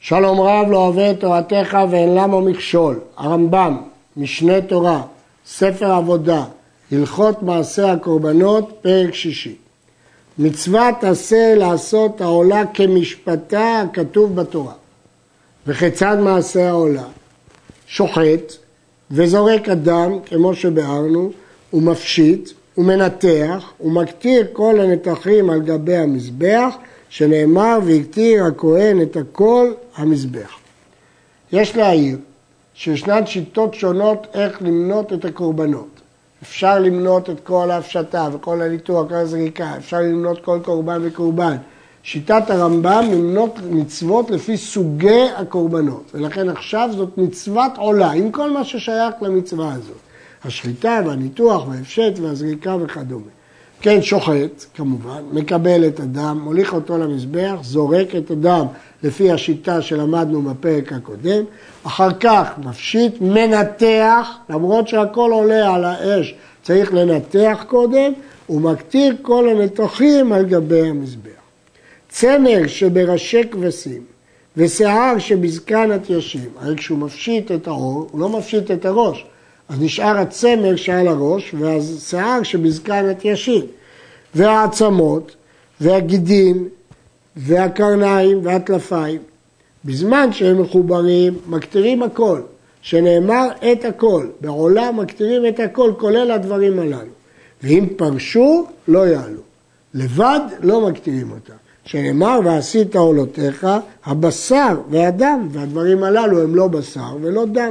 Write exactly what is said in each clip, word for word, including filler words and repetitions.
שלום רב לא אוהב את תורתך ואין למה מכשול. הרמב"ם, משנה תורה, ספר עבודה, הלכות מעשה הקורבנות, פרק שישי. מצוות עשה לעשות העולה כמשפטה הכתוב בתורה. וכיצד מעשה העולה? שוחט וזורק אדם, כמו שבארנו, ומפשיט ומנתח ומקטיר כל הנתחים על גבי המזבח, שנאמר והקטיר הכהן את הכל המזבח. יש להעיר שישנן שיטות שונות איך למנות את הקורבנות. אפשר למנות את כל ההפשטה וכל הניתוח, כל הזריקה, אפשר למנות כל קורבן וקורבן. שיטת הרמב"ם למנות מצוות לפי סוגי הקורבנות, ולכן עכשיו זאת מצוות עולה, עם כל מה ששייך למצווה הזאת. השחיטה והניתוח וההפשט והזריקה וכדומה. כן, שוחט, כמובן, מקבל את הדם, מוליך אותו למזבח, זורק את הדם לפי השיטה שלמדנו בפרק הקודם, אחר כך מפשיט, מנתח, למרות שהכל עולה על האש, צריך לנתח קודם, ומקטיר כל הנתחים על גבי המזבח. צמר שבראשי כבשים ושיער שבזקן התיישים, הרי כשהוא מפשיט את העור, הוא לא מפשיט את הראש, אז נשאר הצמר שעל הראש והשיער שבזקן התיישים, והעצמות והגידים והקרניים והטלפיים. בזמן שהם מחוברים מקטירים הכל, שנאמר את הכל, בעולם מקטירים את הכל כולל הדברים הללו. ואם פרשו לא יעלו, לבד לא מקטירים אותם. שנאמר ועשית עולותיך הבשר והדם, והדברים הללו הם לא בשר ולא דם.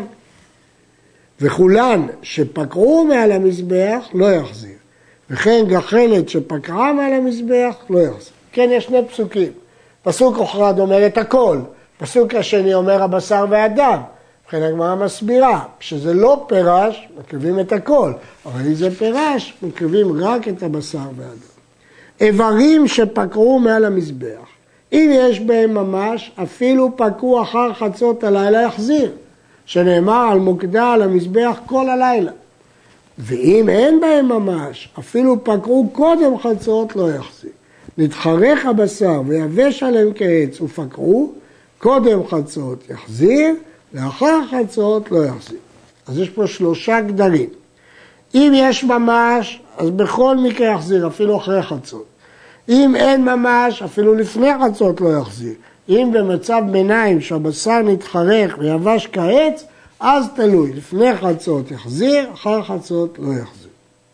וכולן שפקעו מעל המזבח לא יחזיר. וכן גחלת שפקעה מעל המזבח לא יחזיר. כן, יש שני פסוקים. פסוק אחד אומר את הכל. פסוק השני אומר הבשר והדם. וכן הגמרא מסבירה. כשזה לא פרש, מקריבים את הכל. אבל אם זה פרש, מקריבים רק את הבשר והדם. איברים שפקעו מעל המזבח. אם יש בהם ממש, אפילו פקעו אחר חצות הלילה יחזיר. שנאמר על מוקדה על המזבח כל הלילה. ואם אין בהם ממש, אפילו פקעו קודם חצות לא יחזיר. נתחרך הבשר ויבש עליהם כעץ ופקעו, קודם חצות יחזיר, לאחר חצות לא יחזיר. אז יש פה שלושה גדרים. אם יש ממש, אז בכל מקרה יחזיר, אפילו אחרי חצות. אם אין ממש, אפילו לפני חצות לא יחזיר. אם במצב ביניים שהבשר נתחרך ויבש כעץ, אז תלוי, לפני חצות יחזיר, אחר חצות לא יחזיר.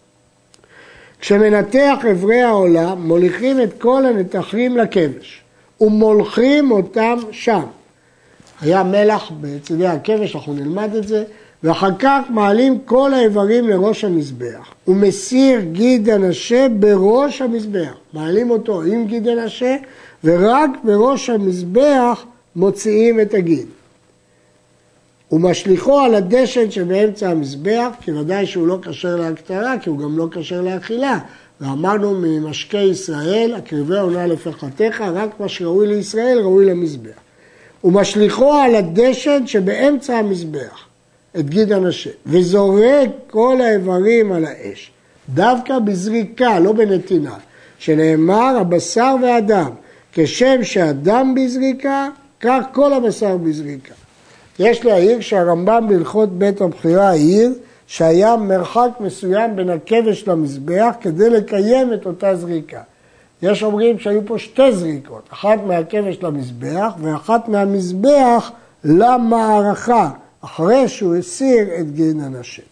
כשמנתח עברי העולם, מוליכים את כל הנתחים לכבש, ומולכים אותם שם. היה מלח בצדי הכבש, אנחנו נלמד את זה, ואחר כך מעלים כל האיברים לראש המזבח, ומסיר גיד הנשה בראש המזבח. מעלים אותו עם גיד הנשה, ורק בראש המזבח מוציאים את הגיד. ומשליחו על הדשן שבאמצע המזבח, כי ודאי שהוא לא כשר להקטרה, כי הוא גם לא כשר לאכילה. ואמרנו ממשקי ישראל, הקריבי עונה לפחתיך, רק מה שראוי לישראל ראוי למזבח. ומשליחו על הדשן שבאמצע המזבח, את גיד הנשה, וזורק כל האיברים על האש, דווקא בזריקה, לא בנתינה, שנאמר הבשר והדם, כשם שהדם בזריקה, כך כל הבשר בזריקה. יש להעיר שהרמב"ם בהלכות בית הבחירה העיר שהיה מרחק מסוים בין הכבש למזבח כדי לקיים את אותה זריקה. יש אומרים שהיו פה שתי זריקות, אחת מהכבש למזבח ואחת מהמזבח למערכה, אחרי שהוא הסיר את גיד הנשה.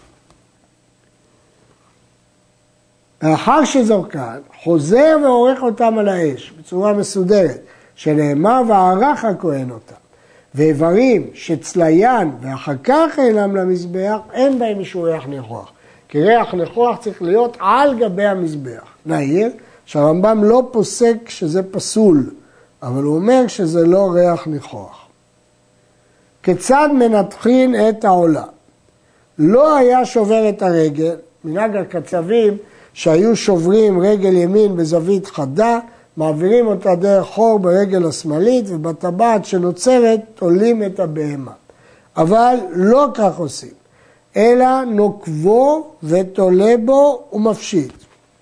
לאחר שזורקן, חוזר ועורך אותם על האש בצורה מסודרת, שנאמר וערך הכהן אותם. ואיברים שצליין ואחר כך אינם למזבח, אין בהם משום ריח ניחוח. כי ריח ניחוח צריך להיות על גבי המזבח. נעיר שהרמב"ם לא פוסק שזה פסול, אבל הוא אומר שזה לא ריח ניחוח. כיצד מנתחין את העולה? לא היה שובר את הרגל, מנהג הקצבים שהיו שוברים רגל ימין בזווית חדה, מעבירים אותה דרך חור ברגל השמאלית, ובטבעת שנוצרת תולים את הבהמה. אבל לא כך עושים, אלא נוקבו ותולה בו ומפשיט.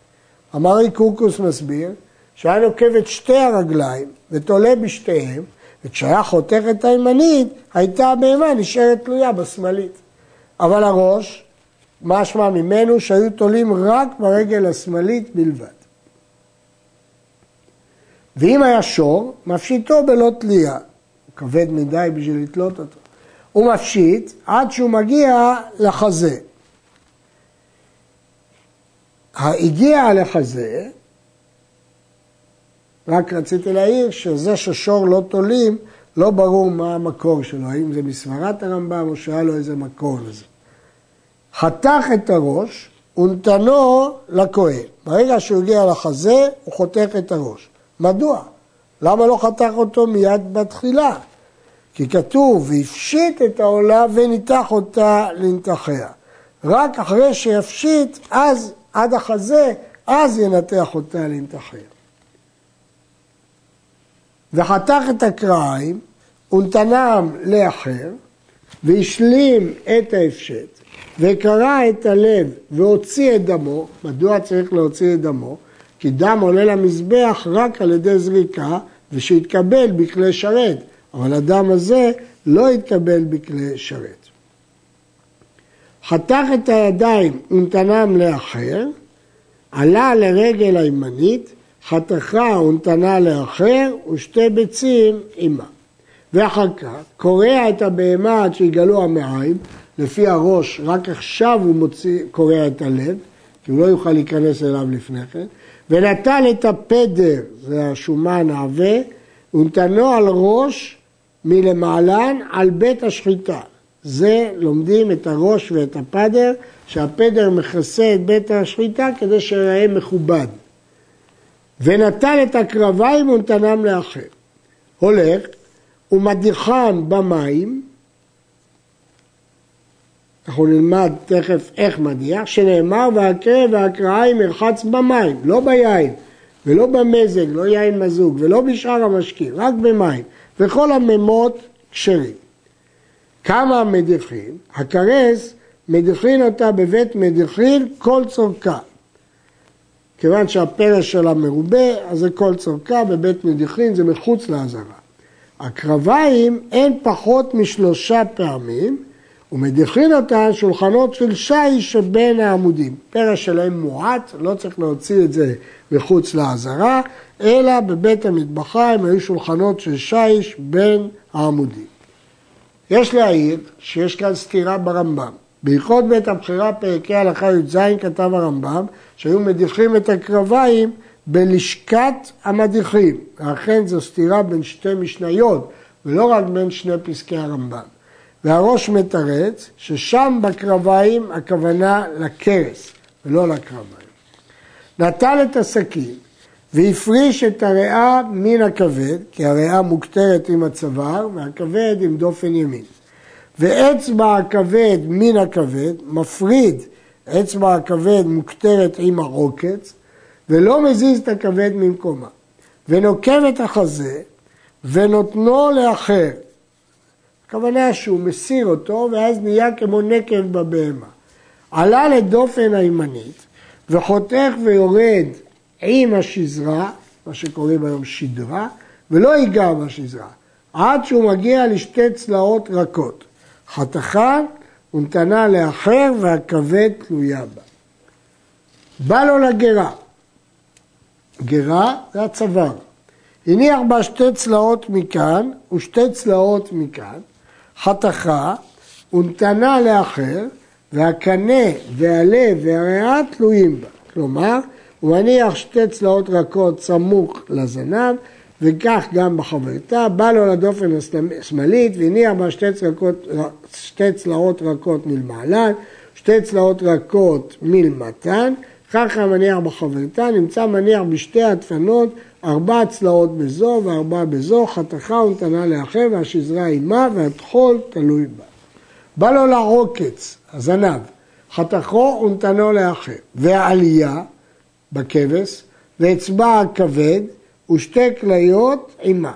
אמרי קורקוס מסביר שהיה נוקב את שתי הרגליים ותולה בשתיהם, וכשהיה חותך את הימנית, הייתה הבהמה נשארת תלויה בשמאלית. אבל הראש, משמע ממנו שהיו תולים רק ברגל השמאלית בלבד. ואם היה שור, מפשיטו בלא תלייה. הוא כבד מדי בשביל לתלות אותו. הוא מפשיט עד שהוא מגיע לחזה. הגיע לחזה, רק רציתי להעיר שזה ששור לא תולים, לא ברור מה המקור שלו, האם זה מסברת הרמב"ם או שהיה לו איזה מקור לזה. חתך את הראש ונתנו לכהן. ברגע שהוא הגיע לחזה, הוא חותך את הראש. מדוע? למה לא חתך אותו מיד בתחילה? כי כתוב, והפשיט את העולה וניתח אותה לנתחיה. רק אחרי שיפשיט, אז עד החזה, אז ינתח אותה לנתחיה. וחתך את הקרעים, ונתנם לאחר, והשלים את ההפשט, וקרע את הלב והוציא את דמו. מדוע צריך להוציא את דמו? כי דם עולה למזבח רק על ידי זריקה, ושיתקבל בכלי שרת. אבל הדם הזה לא יתקבל בכלי שרת. חתך את הידיים ונתנם לאחר, עלה לרגל הימנית, חתכה ונתנה לאחר ושתי ביצים עמה. ואחר כך קורע את הבהמה עד שיגלו המעיים, לפי הראש, רק עכשיו הוא מוציא, קורע את הלב, כי הוא לא יוכל להיכנס אליו לפני כן, ונטל את הפדר, זה השומן העבה, ונתנו על ראש מלמעלן על בית השחיטה. זה לומדים את הראש ואת הפדר, שהפדר מכסה את בית השחיטה כדי שיראה מכובד. ונטל את הקרביים ונתנם לאחר. הולך ומדיחם במים, אנחנו נלמד תכף איך מדיח, שנאמר והקרב והקרעיים ירחץ במים, לא ביין ולא במזג, לא יין מזוג ולא בשאר המשקים, רק במים, וכל הממות כשרים. כמה מדיחים? הכרס מדיחין אותה בבית מדיחין כל צורכה. כיוון שהפרש שלה מרובה, אז זה כל צורכה, בבית מדיחין זה מחוץ לעזרה. הקרביים אין פחות משלושה פעמים, ומדיחין אותה שולחנות של שיש שבין העמודים. פרש שלהם מועט, לא צריך להוציא את זה מחוץ לעזרה, אלא בבית המטבחיים היו שולחנות של שיש בין העמודים. יש להעיר שיש כאן סתירה ברמב"ם. בהלכות בית הבחירה פרקי הלכה י"ז כתב הרמב"ם שהיו מדיחים את הקרביים בלשכת המדיחים. ואכן זו סתירה בין שתי משניות ולא רק בין שני פסקי הרמב"ם. והראש מתרץ ששם בקרביים הכוונה לקרס ולא לקרביים. נטל את הסכין והפריש את הריאה מן הכבד, כי הריאה מוקטרת עם הצוואר והכבד עם דופן ימין. ואצבע הכבד מן הכבד, מפריד אצבע הכבד מוקטרת עם העוקץ, ולא מזיז את הכבד ממקומה. ונוקב את החזה ונותנו לאחר. הכוונה שהוא מסיר אותו ואז נהיה כמו נקב בבהמה. עלה לדופן הימנית וחותך ויורד עם השזרה, מה שקוראים היום שדרה, ולא ייגע בשזרה, עד שהוא מגיע לשתי צלעות רכות. חתכה ונתנה לאחר והכבד תלויה בה. בא לו לגרה. גרה זה הצוואר. הניח בה שתי צלעות מכאן ושתי צלעות מכאן. חתכה ונתנה לאחר והקנה והלב והריאה תלויים בה. כלומר, הוא מניח שתי צלעות רכות סמוך לזנב, וכך גם בחברתה, בא לו לדופן השמאלית, והניח בה שתי, צלעות, שתי צלעות רכות מלמעלן, שתי צלעות רכות מלמטן, ככה מניח בחברתה, נמצא מניח בשתי הדפנות, ארבע צלעות בזו וארבע בזו, חתכה ונתנה לאחר, והשזרה עימה, והטחול תלוי בה. בא לו לעוקץ, הזנב, חתכו ונתנו לאחר, והעלייה בכבש, ואצבע הכבד, ושתי כליות עימה.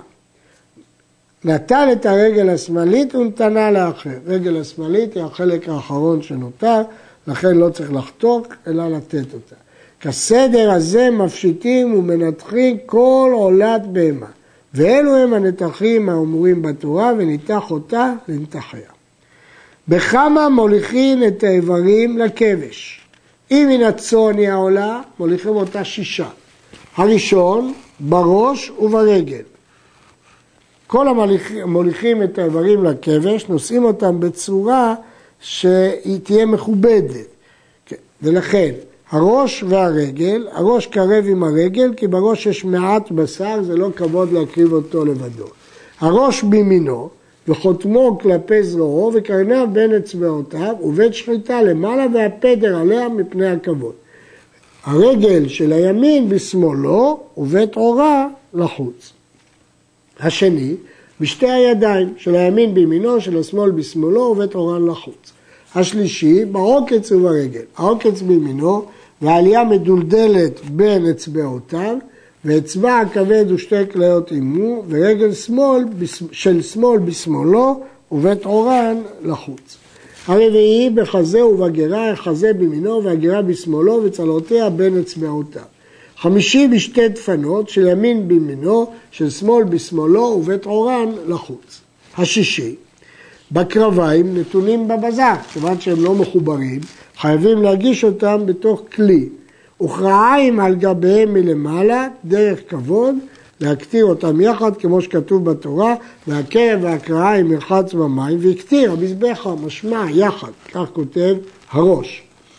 נטל את הרגל השמאלית ונתנה לאחר. רגל השמאלית היא החלק האחרון שנותר, לכן לא צריך לחתוך, אלא לתת אותה. כסדר הזה מפשיטים ומנתחים כל עולת בהמה, ואלו הם הנתחים האמורים בתורה, וניתח אותה לנתחיה. בכמה מוליכים את האיברים לכבש? אם מן הצאן היא העולה, מוליכים אותה שישה. הראשון, בראש וברגל. כל המוליכים את האיברים לכבש, נושאים אותם בצורה שהיא תהיה מכובדת. ולכן, הראש והרגל, הראש קרב עם הרגל, כי בראש יש מעט בשר, זה לא כבוד להקריב אותו לבדו. הראש בימינו, וחותמו כלפי זרועו, וקרניו בין אצבעותיו, ובית שחיטה למעלה והפדר עליה מפני הכבוד. הרגל של הימין בשמאלו, ובית עורה לחוץ. השני, בשתי הידיים, של הימין בימינו, של השמאל בשמאלו, ובית עורה לחוץ. השלישי, בעוקץ וברגל. העוקץ בימינו, והעלייה מדולדלת בין אצבעותיו, ואצבע הכבד ושתי כליות עימו, ורגל שמאל של שמאל בשמאלו, ובית עורן לחוץ. הרביעי בחזה ובגרה, החזה בימינו והגרה בשמאלו, וצלעותיה בין אצבעותיו. חמישי בשתי דפנות, של ימין בימינו, של שמאל בשמאלו, ובית עורן לחוץ. השישי, בקרביים נתונים בבזק, כיוון שהם לא מחוברים, חייבים להגיש אותם בתוך כלי. וכרעיים על גביהם מלמעלה, דרך כבוד, להקטיר אותם יחד, כמו שכתוב בתורה, והקרב והקרעיים מרחץ במים, והקטיר המזבח משמע יחד, כך כותב הראש.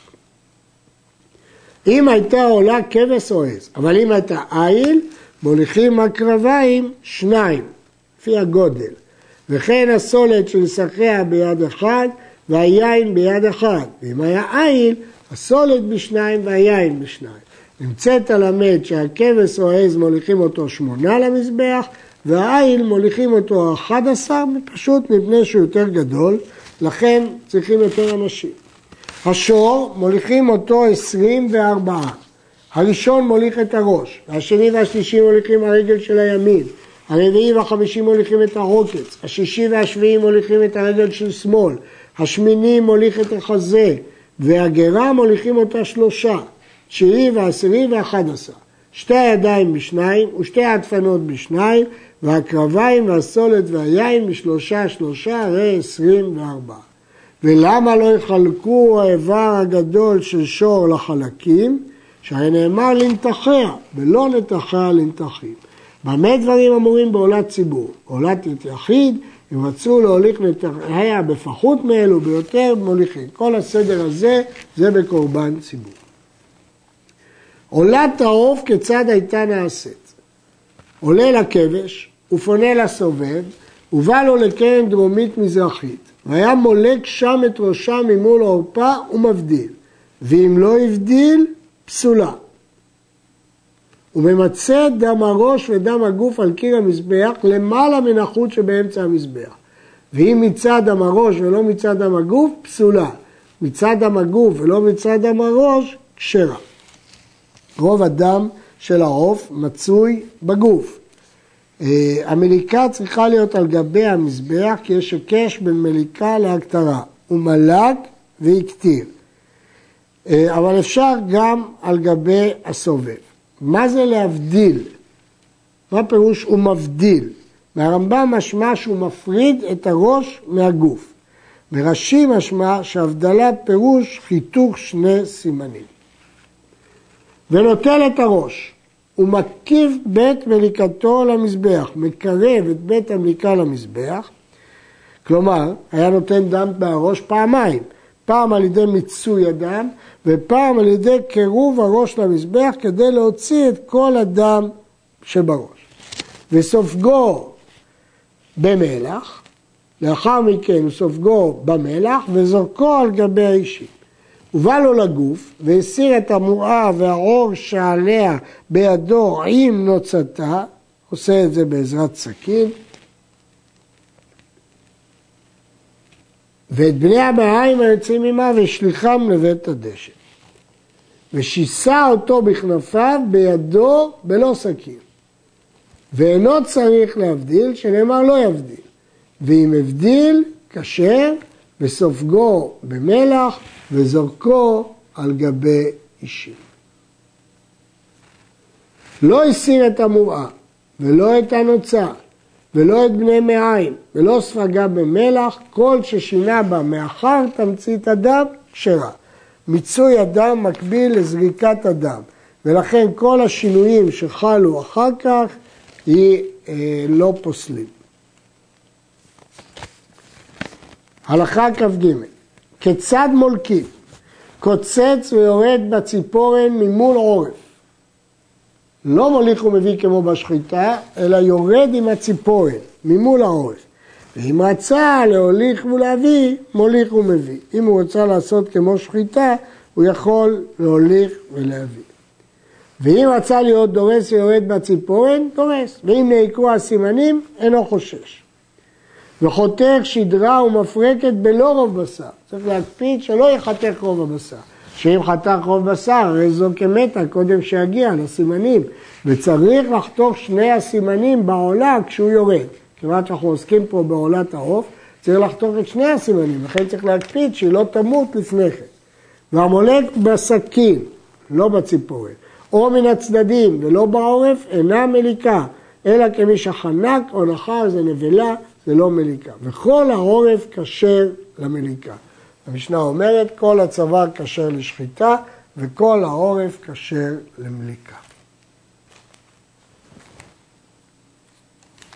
אם הייתה עולה כבש או עז, אבל אם הייתה איל, מוליכים הקרביים שניים, לפי הגודל. וכן הסולת של שחיה ביד אחד, והיין ביד אחד. ואם היה איל, הסולת בשניים והיין בשניים. נמצאת הלמד שהכבש או העז מוליכים אותו שמונה למזבח, והאיל מוליכים אותו אחד עשר, פשוט מפני שהוא יותר גדול, לכן צריכים יותר אנשים. השור מוליכים אותו עשרים וארבעה. הראשון מוליך את הראש, והשני והשלישי מוליכים הרגל של הימין. הרביעי והחמישי מוליכים את העוקץ, השישי והשביעי מוליכים את הרגל של שמאל, השמיני מוליך את החזה, והגרה מוליכים אותה שלושה, תשיעי ועשירי ואחד עשר. שתי הידיים בשניים ושתי הדפנות בשניים, והקרביים והסולת והיין בשלושה שלושה, הרי עשרים וארבעה. ולמה לא יחלקו האיבר הגדול של שור לחלקים? שהרי נאמר לנתחיה, ולא נתחיה לנתחים. במה דברים אמורים בעולת ציבור? עולת יחיד, אם רצו להוליך נתחיה בפחות מאלו ביותר מוליכים. כל הסדר הזה זה בקורבן ציבור. עולת העוף כיצד הייתה נעשית? עולה לכבש, ופונה לסובב, ובא לו לקרן דרומית מזרחית, והיה מולק שם את ראשה ממול העורפה ומבדיל, ואם לא הבדיל, פסולה. וממצא דם הראש ודם הגוף על קיר המזבח למעלה מן החוט שבאמצע המזבח. ואם מצד דם הראש ולא מצד דם הגוף, פסולה. מצד דם הגוף ולא מצד דם הראש, כשרה. רוב הדם של העוף מצוי בגוף. המליקה צריכה להיות על גבי המזבח, כי יש הקש בין מליקה להקטרה. הוא מלק והקטיר. אבל אפשר גם על גבי הסובב. מה זה להבדיל? מה פירוש הוא מבדיל? מהרמב"ם משמע שהוא מפריד את הראש מהגוף. ורש"י משמע שהבדלה פירוש חיתוך שני סימנים. ונוטל את הראש, הוא מקיף בית מליקתו למזבח, מקרב את בית המליקה למזבח, כלומר, היה נותן דם בראש פעמיים, פעם על ידי מיצוי הדם, ופעם על ידי קירוב הראש למזבח, כדי להוציא את כל הדם שבראש. וסופגו במלח, לאחר מכן הוא סופגו במלח, וזורקו על גבי האישים. ובא לו לגוף, והסיר את המוראה והעור שעליה בידו עם נוצתה, עושה את זה בעזרת סכין, ואת בני הבהאים היוצאים עמה ושליחם לבית הדשא. ושיסה אותו בכנפיו בידו בלא סכין. ואינו צריך להבדיל, שנאמר לא יבדיל. ואם הבדיל, כשר, וסופגו במלח, וזורקו על גבי אישים. לא הסיר את המוראה, ולא את הנוצה, ולא את בני מעיים, ולא ספגה במלח, כל ששינה בה מאחר תמצית הדם, כשרה. מיצוי הדם מקביל לזריקת הדם, ולכן כל השינויים שחלו אחר כך היא אה, לא פוסלים. הלכה כ"ג, כיצד מולקים? קוצץ ויורד בציפורן ממול עורף. לא מוליך ומביא כמו בשחיטה, אלא יורד עם הציפורן, ממול העורף. ואם רצה להוליך ולהביא, מוליך ומביא. אם הוא רוצה לעשות כמו שחיטה, הוא יכול להוליך ולהביא. ואם רצה להיות דורס ויורד בציפורן, דורס. ואם נעקרו הסימנים, אינו חושש. וחותך שדרה ומפרקת בלא רוב בשר. צריך להקפיד שלא יחתך רוב הבשר. שאם חתך רוב בשר, הרי זו כמתה קודם שיגיע לסימנים. וצריך לחתוך שני הסימנים בעולה כשהוא יורד. כמעט שאנחנו עוסקים פה בעולת העוף, צריך לחתוך את שני הסימנים. לכן צריך להקפיד שהיא לא תמות לפני כן. והמולק בסכין, לא בציפורן, או מן הצדדים ולא בעורף, אינה מליקה. אלא כמי שחנק או נחר זה נבלה, זה לא מליקה. וכל העורף כשר למליקה. המשנה אומרת, כל הצוואר כשר לשחיטה, וכל העורף כשר למליקה.